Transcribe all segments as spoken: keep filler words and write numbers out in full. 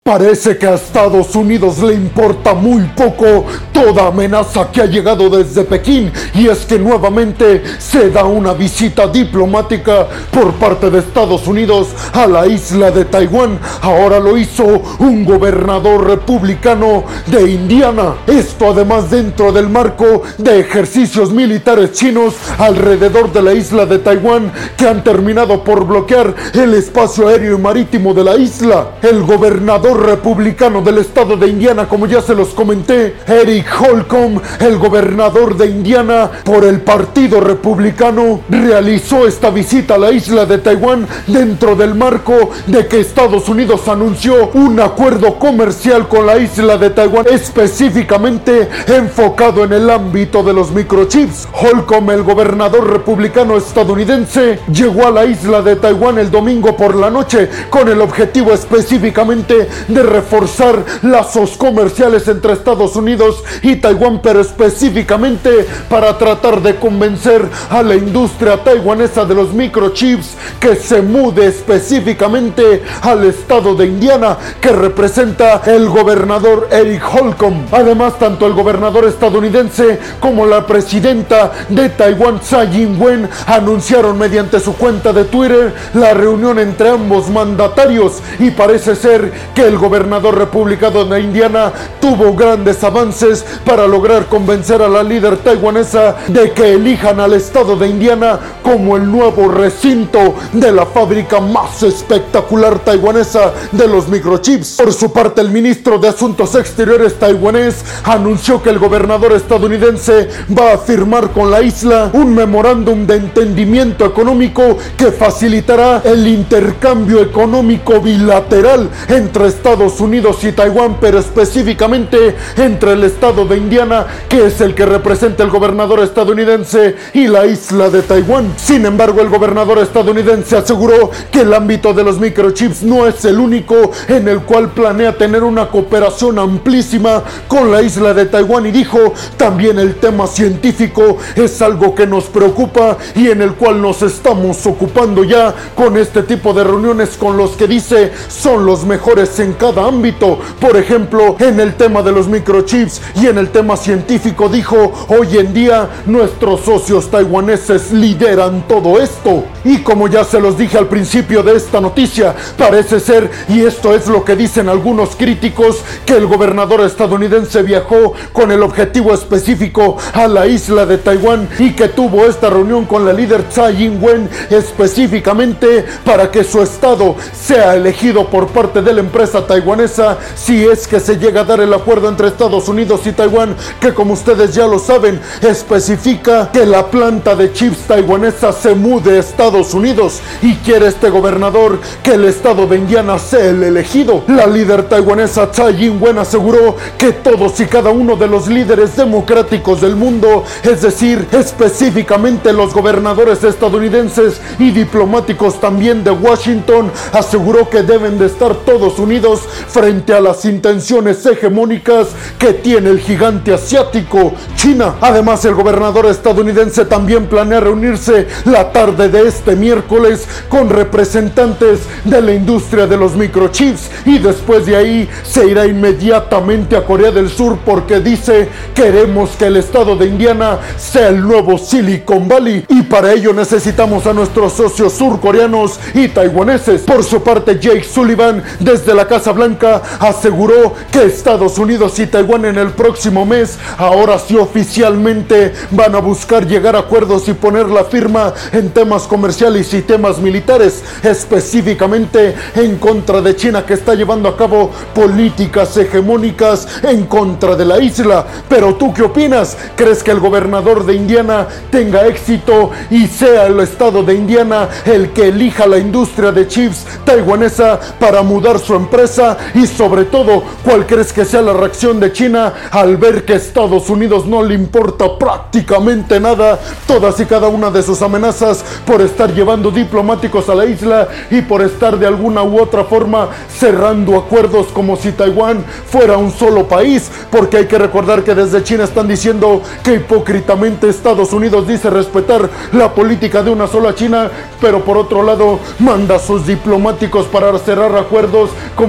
Parece que a Estados Unidos le importa muy poco toda amenaza que ha llegado desde Pekín, y es que nuevamente se da una visita diplomática por parte de Estados Unidos a la isla de Taiwán. Ahora lo hizo un gobernador republicano de Indiana. Esto además dentro del marco de ejercicios militares chinos alrededor de la isla de Taiwán, que han terminado por bloquear el espacio aéreo y marítimo de la isla. El gobernador republicano del estado de Indiana, como ya se los comenté, Eric Holcomb, el gobernador de Indiana por el partido republicano, realizó esta visita a la isla de Taiwán dentro del marco de que Estados Unidos anunció un acuerdo comercial con la isla de Taiwán, específicamente enfocado en el ámbito de los microchips. Holcomb, el gobernador republicano estadounidense, llegó a la isla de Taiwán el domingo por la noche con el objetivo específicamente de reforzar lazos comerciales entre Estados Unidos y Taiwán, pero específicamente para tratar de convencer a la industria taiwanesa de los microchips que se mude específicamente al estado de Indiana, que representa el gobernador Eric Holcomb. Además, tanto el gobernador estadounidense como la presidenta de Taiwán, Tsai Ing-wen, anunciaron mediante su cuenta de Twitter la reunión entre ambos mandatarios, y parece ser que el gobernador republicano de Indiana tuvo grandes avances para lograr convencer a la líder taiwanesa de que elijan al estado de Indiana como el nuevo recinto de la fábrica más espectacular taiwanesa de los microchips. Por su parte, el ministro de Asuntos Exteriores taiwanés anunció que el gobernador estadounidense va a firmar con la isla un memorándum de entendimiento económico que facilitará el intercambio económico bilateral entre Estados Unidos y Taiwán, pero específicamente entre el estado de Indiana, que es el que representa el gobernador estadounidense, y la isla de Taiwán. Sin embargo, el gobernador estadounidense aseguró que el ámbito de los microchips no es el único en el cual planea tener una cooperación amplísima con la isla de Taiwán, y dijo: también el tema científico es algo que nos preocupa y en el cual nos estamos ocupando ya con este tipo de reuniones con los que dice son los mejores en cada ámbito. Por ejemplo, en el tema de los microchips y en el tema científico, dijo: hoy en día nuestros socios taiwaneses lideran todo esto. Y como ya se los dije al principio de esta noticia, parece ser, y esto es lo que dicen algunos críticos, que el gobernador estadounidense viajó con el objetivo específico a la isla de Taiwán y que tuvo esta reunión con la líder Tsai Ing-wen específicamente para que su estado sea elegido por parte de la empresa taiwanesa, si es que se llega a dar el acuerdo entre Estados Unidos y Taiwán, que como ustedes ya lo saben, especifica que la planta de chips taiwanesa se mude a Estados Unidos, y quiere este gobernador que el estado de Indiana sea el elegido. La líder taiwanesa Tsai Ing-wen aseguró que todos y cada uno de los líderes democráticos del mundo, es decir, específicamente los gobernadores estadounidenses y diplomáticos también de Washington, aseguró que deben de estar todos unidos frente a las intenciones hegemónicas que tiene el gigante asiático, China. Además, el gobernador estadounidense también planea reunirse la tarde de este miércoles con representantes de la industria de los microchips, y después de ahí se irá inmediatamente a Corea del Sur, porque dice: queremos que el estado de Indiana sea el nuevo Silicon Valley, y para ello necesitamos a nuestros socios surcoreanos y taiwaneses. Por su parte, Jake Sullivan, desde la Casa Blanca, aseguró que Estados Unidos y Taiwán en el próximo mes, ahora sí oficialmente, van a buscar llegar a acuerdos y poner la firma en temas comerciales y temas militares, específicamente en contra de China, que está llevando a cabo políticas hegemónicas en contra de la isla. Pero ¿tú qué opinas? ¿Crees que el gobernador de Indiana tenga éxito y sea el estado de Indiana el que elija la industria de chips taiwanesa para mudar su empresa? Y sobre todo, ¿cuál crees que sea la reacción de China al ver que Estados Unidos no le importa prácticamente nada todas y cada una de sus amenazas por estar llevando diplomáticos a la isla y por estar de alguna u otra forma cerrando acuerdos como si Taiwán fuera un solo país? Porque hay que recordar que desde China están diciendo que hipócritamente Estados Unidos dice respetar la política de una sola China, pero por otro lado manda a sus diplomáticos para cerrar acuerdos como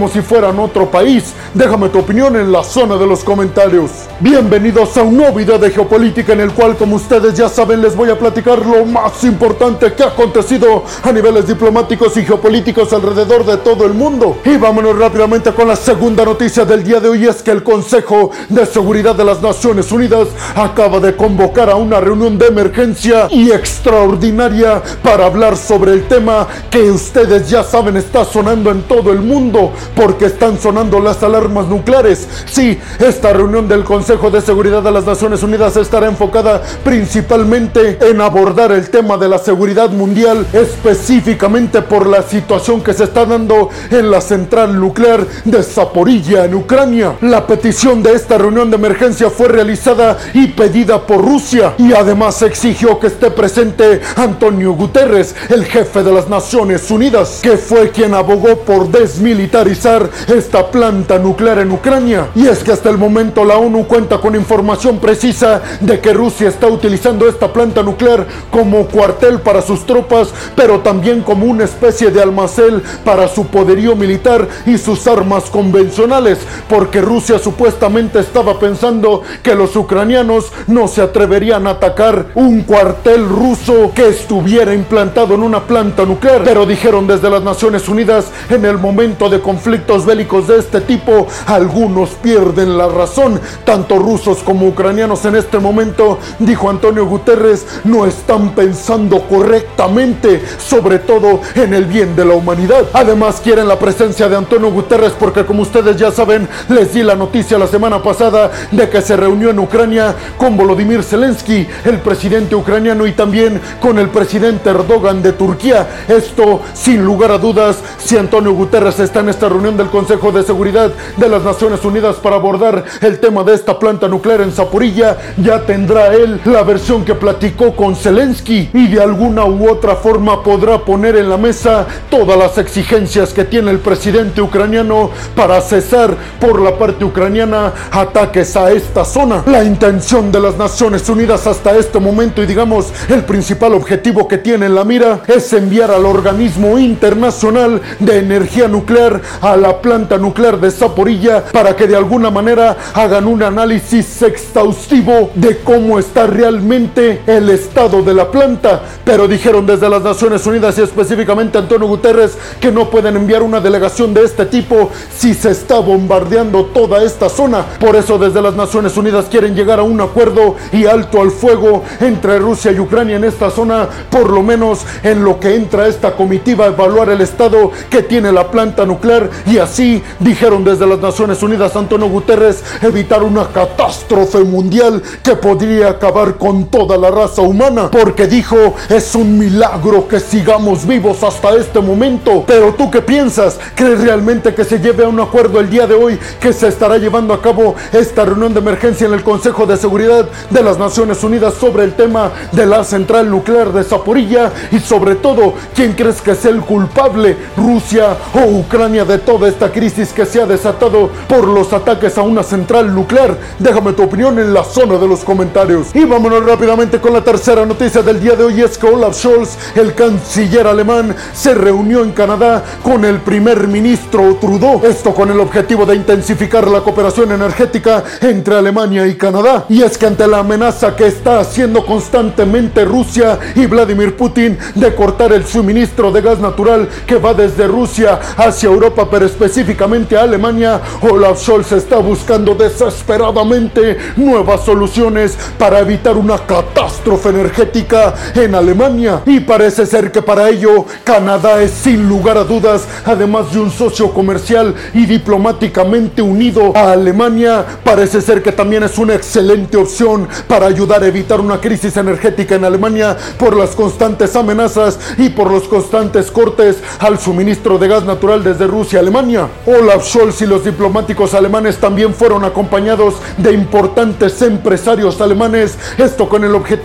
como si fueran otro país. Déjame tu opinión en la zona de los comentarios. Bienvenidos a un nuevo video de geopolítica en el cual, como ustedes ya saben, les voy a platicar lo más importante que ha acontecido a niveles diplomáticos y geopolíticos alrededor de todo el mundo. Y vámonos rápidamente con la segunda noticia del día de hoy. Es que el Consejo de Seguridad de las Naciones Unidas acaba de convocar a una reunión de emergencia y extraordinaria para hablar sobre el tema que ustedes ya saben está sonando en todo el mundo, porque están sonando las alarmas nucleares. Sí, esta reunión del Consejo de Seguridad de las Naciones Unidas estará enfocada principalmente en abordar el tema de la seguridad mundial, específicamente por la situación que se está dando en la central nuclear de Zaporilla en Ucrania. La petición de esta reunión de emergencia fue realizada y pedida por Rusia, y además exigió que esté presente Antonio Guterres, el jefe de las Naciones Unidas, que fue quien abogó por desmilitarizar esta planta nuclear en Ucrania. Y es que hasta el momento la ONU cuenta con información precisa de que Rusia está utilizando esta planta nuclear como cuartel para sus tropas, pero también como una especie de almacén para su poderío militar y sus armas convencionales, porque Rusia supuestamente estaba pensando que los ucranianos no se atreverían a atacar un cuartel ruso que estuviera implantado en una planta nuclear. Pero dijeron desde las Naciones Unidas, en el momento de conflictos bélicos de este tipo, algunos pierden la razón. Tanto rusos como ucranianos en este momento, dijo Antonio Guterres, no están pensando correctamente, sobre todo en el bien de la humanidad. Además quieren la presencia de Antonio Guterres porque, como ustedes ya saben, les di la noticia la semana pasada de que se reunió en Ucrania con Volodymyr Zelensky, el presidente ucraniano, y también con el presidente Erdogan de Turquía. Esto, sin lugar a dudas, si Antonio Guterres está en esta reunión del Consejo de Seguridad de las Naciones Unidas para abordar el tema de esta planta nuclear en Zaporilla, ya tendrá él la versión que platicó con Zelensky, y de alguna u otra forma podrá poner en la mesa todas las exigencias que tiene el presidente ucraniano para cesar por la parte ucraniana ataques a esta zona. La intención de las Naciones Unidas hasta este momento, y digamos el principal objetivo que tiene en la mira, es enviar al organismo internacional de energía nuclear a la planta nuclear de Zaporilla para que de alguna manera hagan un análisis exhaustivo de cómo está realmente el estado de la planta. Pero dijeron desde las Naciones Unidas, y específicamente Antonio Guterres, que no pueden enviar una delegación de este tipo si se está bombardeando toda esta zona. Por eso desde las Naciones Unidas quieren llegar a un acuerdo y alto al fuego entre Rusia y Ucrania en esta zona, por lo menos en lo que entra esta comitiva a evaluar el estado que tiene la planta nuclear, y así, dijeron desde las Naciones Unidas, Antonio Guterres, evitar una catástrofe mundial que podría acabar con toda la raza humana, porque dijo, es un milagro que sigamos vivos hasta este momento. Pero ¿tú qué piensas? ¿Crees realmente que se lleve a un acuerdo el día de hoy, que se estará llevando a cabo esta reunión de emergencia en el Consejo de Seguridad de las Naciones Unidas sobre el tema de la central nuclear de Zaporilla? Y sobre todo, ¿quién crees que es el culpable, Rusia o Ucrania, de toda esta crisis que se ha desatado por los ataques a una central nuclear? Déjame tu opinión en la zona de los comentarios. Y vámonos rápidamente con la tercera noticia del día de hoy. Es que Olaf Scholz, el canciller alemán, se reunió en Canadá con el primer ministro Trudeau, esto con el objetivo de intensificar la cooperación energética entre Alemania y Canadá. Y es que ante la amenaza que está haciendo constantemente Rusia y Vladimir Putin de cortar el suministro de gas natural que va desde Rusia hacia Europa, pero específicamente a Alemania, Olaf Scholz está buscando desesperadamente nuevas soluciones para evitar una catástrofe energética en Alemania. Y parece ser que para ello Canadá es, sin lugar a dudas, además de un socio comercial y diplomáticamente unido a Alemania, parece ser que también es una excelente opción para ayudar a evitar una crisis energética en Alemania por las constantes amenazas y por los constantes cortes al suministro de gas natural desde Rusia a Alemania. Olaf Scholz y los diplomáticos alemanes también fueron acompañados de importantes empresarios alemanes, esto con el objetivo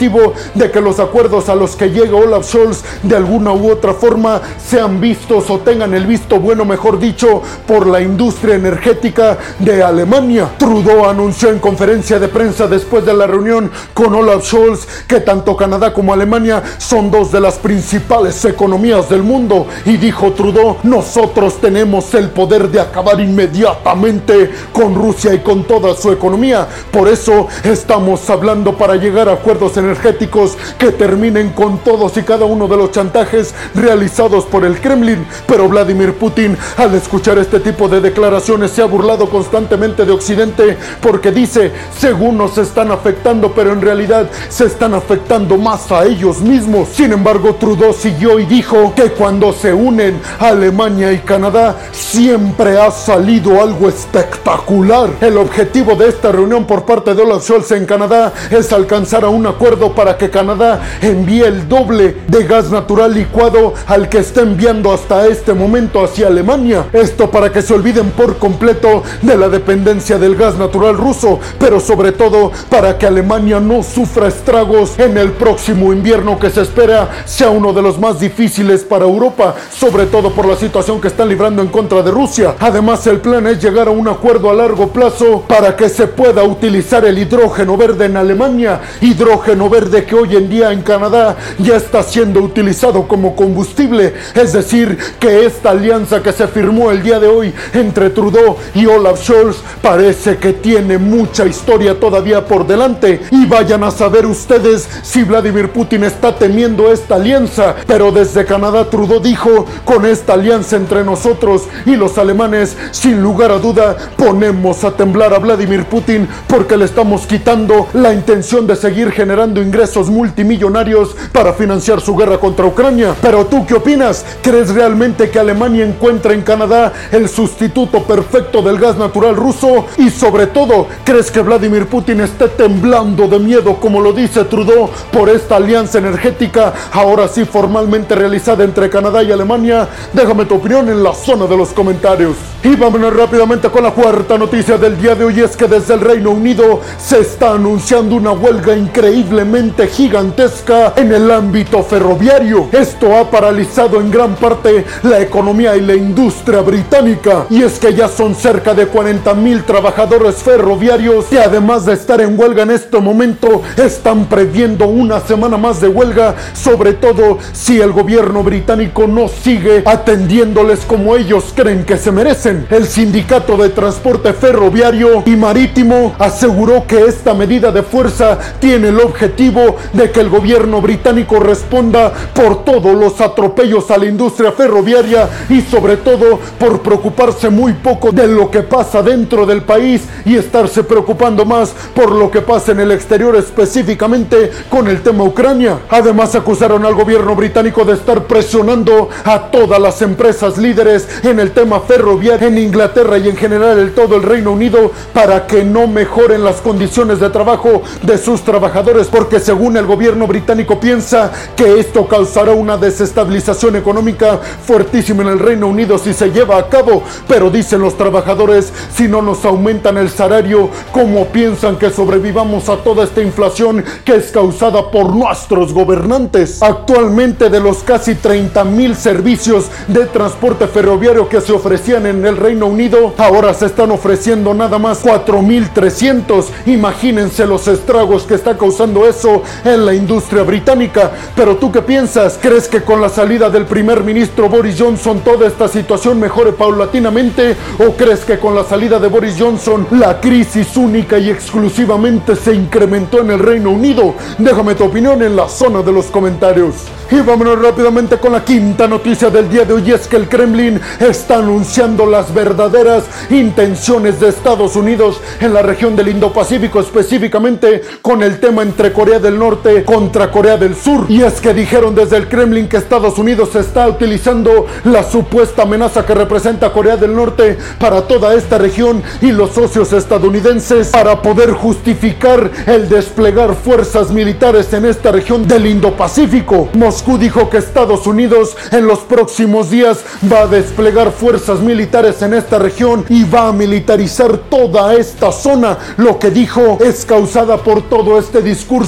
objetivo de que los acuerdos a los que llega Olaf Scholz de alguna u otra forma sean vistos o tengan el visto bueno, mejor dicho, por la industria energética de Alemania. Trudeau anunció en conferencia de prensa después de la reunión con Olaf Scholz que tanto Canadá como Alemania son dos de las principales economías del mundo, y dijo Trudeau: nosotros tenemos el poder de acabar inmediatamente con Rusia y con toda su economía. Por eso estamos hablando para llegar a acuerdos energéticos que terminen con todos y cada uno de los chantajes realizados por el Kremlin. Pero Vladimir Putin, al escuchar este tipo de declaraciones, se ha burlado constantemente de Occidente porque dice: según nos están afectando, pero en realidad se están afectando más a ellos mismos. Sin embargo, Trudeau siguió y dijo que cuando se unen Alemania y Canadá siempre ha salido algo espectacular. El objetivo de esta reunión por parte de Olaf Scholz en Canadá es alcanzar a un acuerdo para que Canadá envíe el doble de gas natural licuado al que está enviando hasta este momento hacia Alemania. Esto para que se olviden por completo de la dependencia del gas natural ruso, pero sobre todo para que Alemania no sufra estragos en el próximo invierno, que se espera sea uno de los más difíciles para Europa, sobre todo por la situación que están librando en contra de Rusia. Además, el plan es llegar a un acuerdo a largo plazo para que se pueda utilizar el hidrógeno verde en Alemania, hidrógeno verde que hoy en día en Canadá ya está siendo utilizado como combustible. Es decir, que esta alianza que se firmó el día de hoy entre Trudeau y Olaf Scholz parece que tiene mucha historia todavía por delante, y vayan a saber ustedes si Vladimir Putin está temiendo esta alianza. Pero desde Canadá Trudeau dijo: con esta alianza entre nosotros y los alemanes, sin lugar a duda ponemos a temblar a Vladimir Putin, porque le estamos quitando la intención de seguir generando ingresos multimillonarios para financiar su guerra contra Ucrania. Pero ¿tú qué opinas? ¿Crees realmente que Alemania encuentra en Canadá el sustituto perfecto del gas natural ruso? Y sobre todo, ¿crees que Vladimir Putin esté temblando de miedo, como lo dice Trudeau, por esta alianza energética ahora sí formalmente realizada entre Canadá y Alemania? Déjame tu opinión en la zona de los comentarios. Y vámonos rápidamente con la cuarta noticia del día de hoy. Es que desde el Reino Unido se está anunciando una huelga increíblemente gigantesca en el ámbito ferroviario. Esto ha paralizado en gran parte la economía y la industria británica, y es que ya son cerca de cuarenta mil trabajadores ferroviarios que, además de estar en huelga en este momento, están previendo una semana más de huelga, sobre todo si el gobierno británico no sigue atendiéndoles como ellos creen que se merecen. El sindicato de transporte ferroviario y marítimo aseguró que esta medida de fuerza tiene el objetivo de que el gobierno británico responda por todos los atropellos a la industria ferroviaria, y sobre todo por preocuparse muy poco de lo que pasa dentro del país y estarse preocupando más por lo que pasa en el exterior, específicamente con el tema Ucrania. Además, acusaron al gobierno británico de estar presionando a todas las empresas líderes en el tema ferroviario en Inglaterra y en general en todo el Reino Unido para que no mejoren las condiciones de trabajo de sus trabajadores, porque según el gobierno británico piensa que esto causará una desestabilización económica fuertísima en el Reino Unido si se lleva a cabo. Pero dicen los trabajadores: si no nos aumentan el salario, ¿cómo piensan que sobrevivamos a toda esta inflación que es causada por nuestros gobernantes? Actualmente, de los casi treinta mil servicios de transporte ferroviario que se ofrecían en el Reino Unido, ahora se están ofreciendo nada más cuatro mil trescientos. Imagínense los estragos que está causando eso en la industria británica. Pero ¿tú qué piensas? ¿Crees que con la salida del primer ministro Boris Johnson toda esta situación mejore paulatinamente? ¿O crees que con la salida de Boris Johnson la crisis única y exclusivamente se incrementó en el Reino Unido? Déjame tu opinión en la zona de los comentarios. Y vámonos rápidamente con la quinta noticia del día de hoy. Es que el Kremlin está anunciando las verdaderas intenciones de Estados Unidos en la región del Indo-Pacífico, específicamente con el tema entre Corea del Norte contra Corea del Sur. Y es que dijeron desde el Kremlin que Estados Unidos está utilizando la supuesta amenaza que representa Corea del Norte para toda esta región y los socios estadounidenses para poder justificar el desplegar fuerzas militares en esta región del Indo-Pacífico. Moscú dijo que Estados Unidos en los próximos días va a desplegar fuerzas militares en esta región y va a militarizar toda esta zona. Lo que dijo es causada por todo este discurso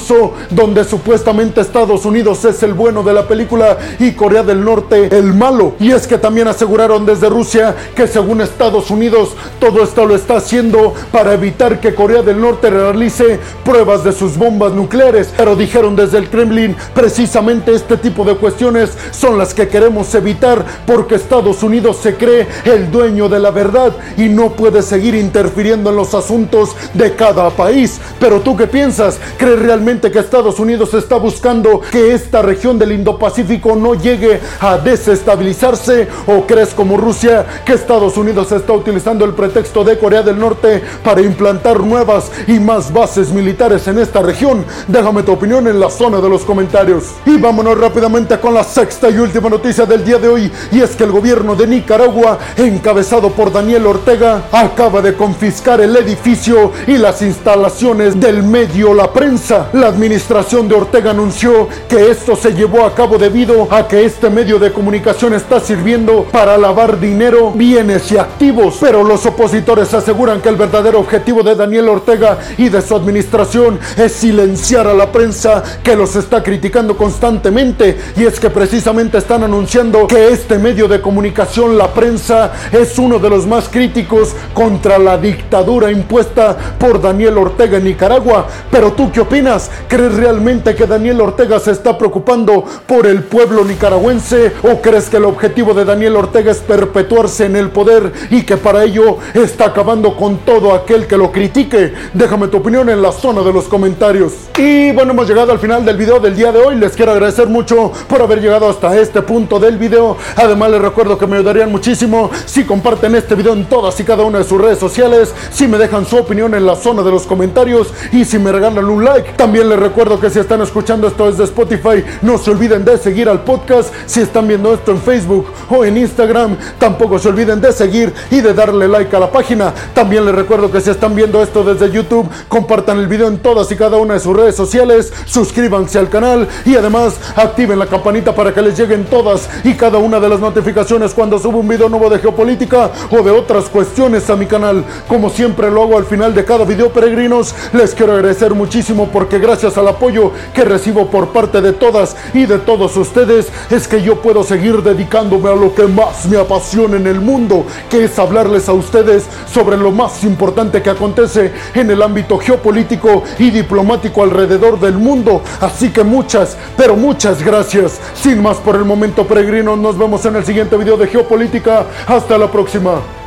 concurso donde supuestamente Estados Unidos es el bueno de la película y Corea del Norte el malo. Y es que también aseguraron desde Rusia que según Estados Unidos todo esto lo está haciendo para evitar que Corea del Norte realice pruebas de sus bombas nucleares. Pero dijeron desde el Kremlin, precisamente este tipo de cuestiones son las que queremos evitar porque Estados Unidos se cree el dueño de la verdad y no puede seguir interfiriendo en los asuntos de cada país. Pero ¿tú qué piensas? ¿Crees realmente que Estados Unidos está buscando que esta región del Indo-Pacífico no llegue a desestabilizarse? ¿O crees como Rusia que Estados Unidos está utilizando el pretexto de Corea del Norte para implantar nuevas y más bases militares en esta región? Déjame tu opinión en la zona de los comentarios. Y vámonos rápidamente con la sexta y última noticia del día de hoy, y es que el gobierno de Nicaragua, encabezado por Daniel Ortega, acaba de confiscar el edificio y las instalaciones del medio La Prensa. La administración de Ortega anunció que esto se llevó a cabo debido a que este medio de comunicación está sirviendo para lavar dinero, bienes y activos, pero los opositores aseguran que el verdadero objetivo de Daniel Ortega y de su administración es silenciar a la prensa que los está criticando constantemente. Y es que precisamente están anunciando que este medio de comunicación, La Prensa, es uno de los más críticos contra la dictadura impuesta por Daniel Ortega en Nicaragua. Pero ¿tú qué opinas? ¿Crees realmente que Daniel Ortega se está preocupando por el pueblo nicaragüense? ¿O crees que el objetivo de Daniel Ortega es perpetuarse en el poder y que para ello está acabando con todo aquel que lo critique? Déjame tu opinión en la zona de los comentarios. Y bueno, hemos llegado al final del video del día de hoy. Les quiero agradecer mucho por haber llegado hasta este punto del video. Además les recuerdo que me ayudarían muchísimo si comparten este video en todas y cada una de sus redes sociales, si me dejan su opinión en la zona de los comentarios y si me regalan un like. También les recuerdo que si están escuchando esto desde Spotify, no se olviden de seguir al podcast. Si están viendo esto en Facebook o en Instagram, tampoco se olviden de seguir y de darle like a la página. También les recuerdo que si están viendo esto desde YouTube, compartan el video en todas y cada una de sus redes sociales, suscríbanse al canal y además activen la campanita para que les lleguen todas y cada una de las notificaciones cuando subo un video nuevo de geopolítica o de otras cuestiones a mi canal. Como siempre lo hago al final de cada video, peregrinos, les quiero agradecer muchísimo porque gracias al apoyo que recibo por parte de todas y de todos ustedes es que yo puedo seguir dedicándome a lo que más me apasiona en el mundo, que es hablarles a ustedes sobre lo más importante que acontece en el ámbito geopolítico y diplomático alrededor del mundo. Así que muchas, pero muchas gracias. Sin más por el momento, peregrinos, nos vemos en el siguiente video de geopolítica. Hasta la próxima.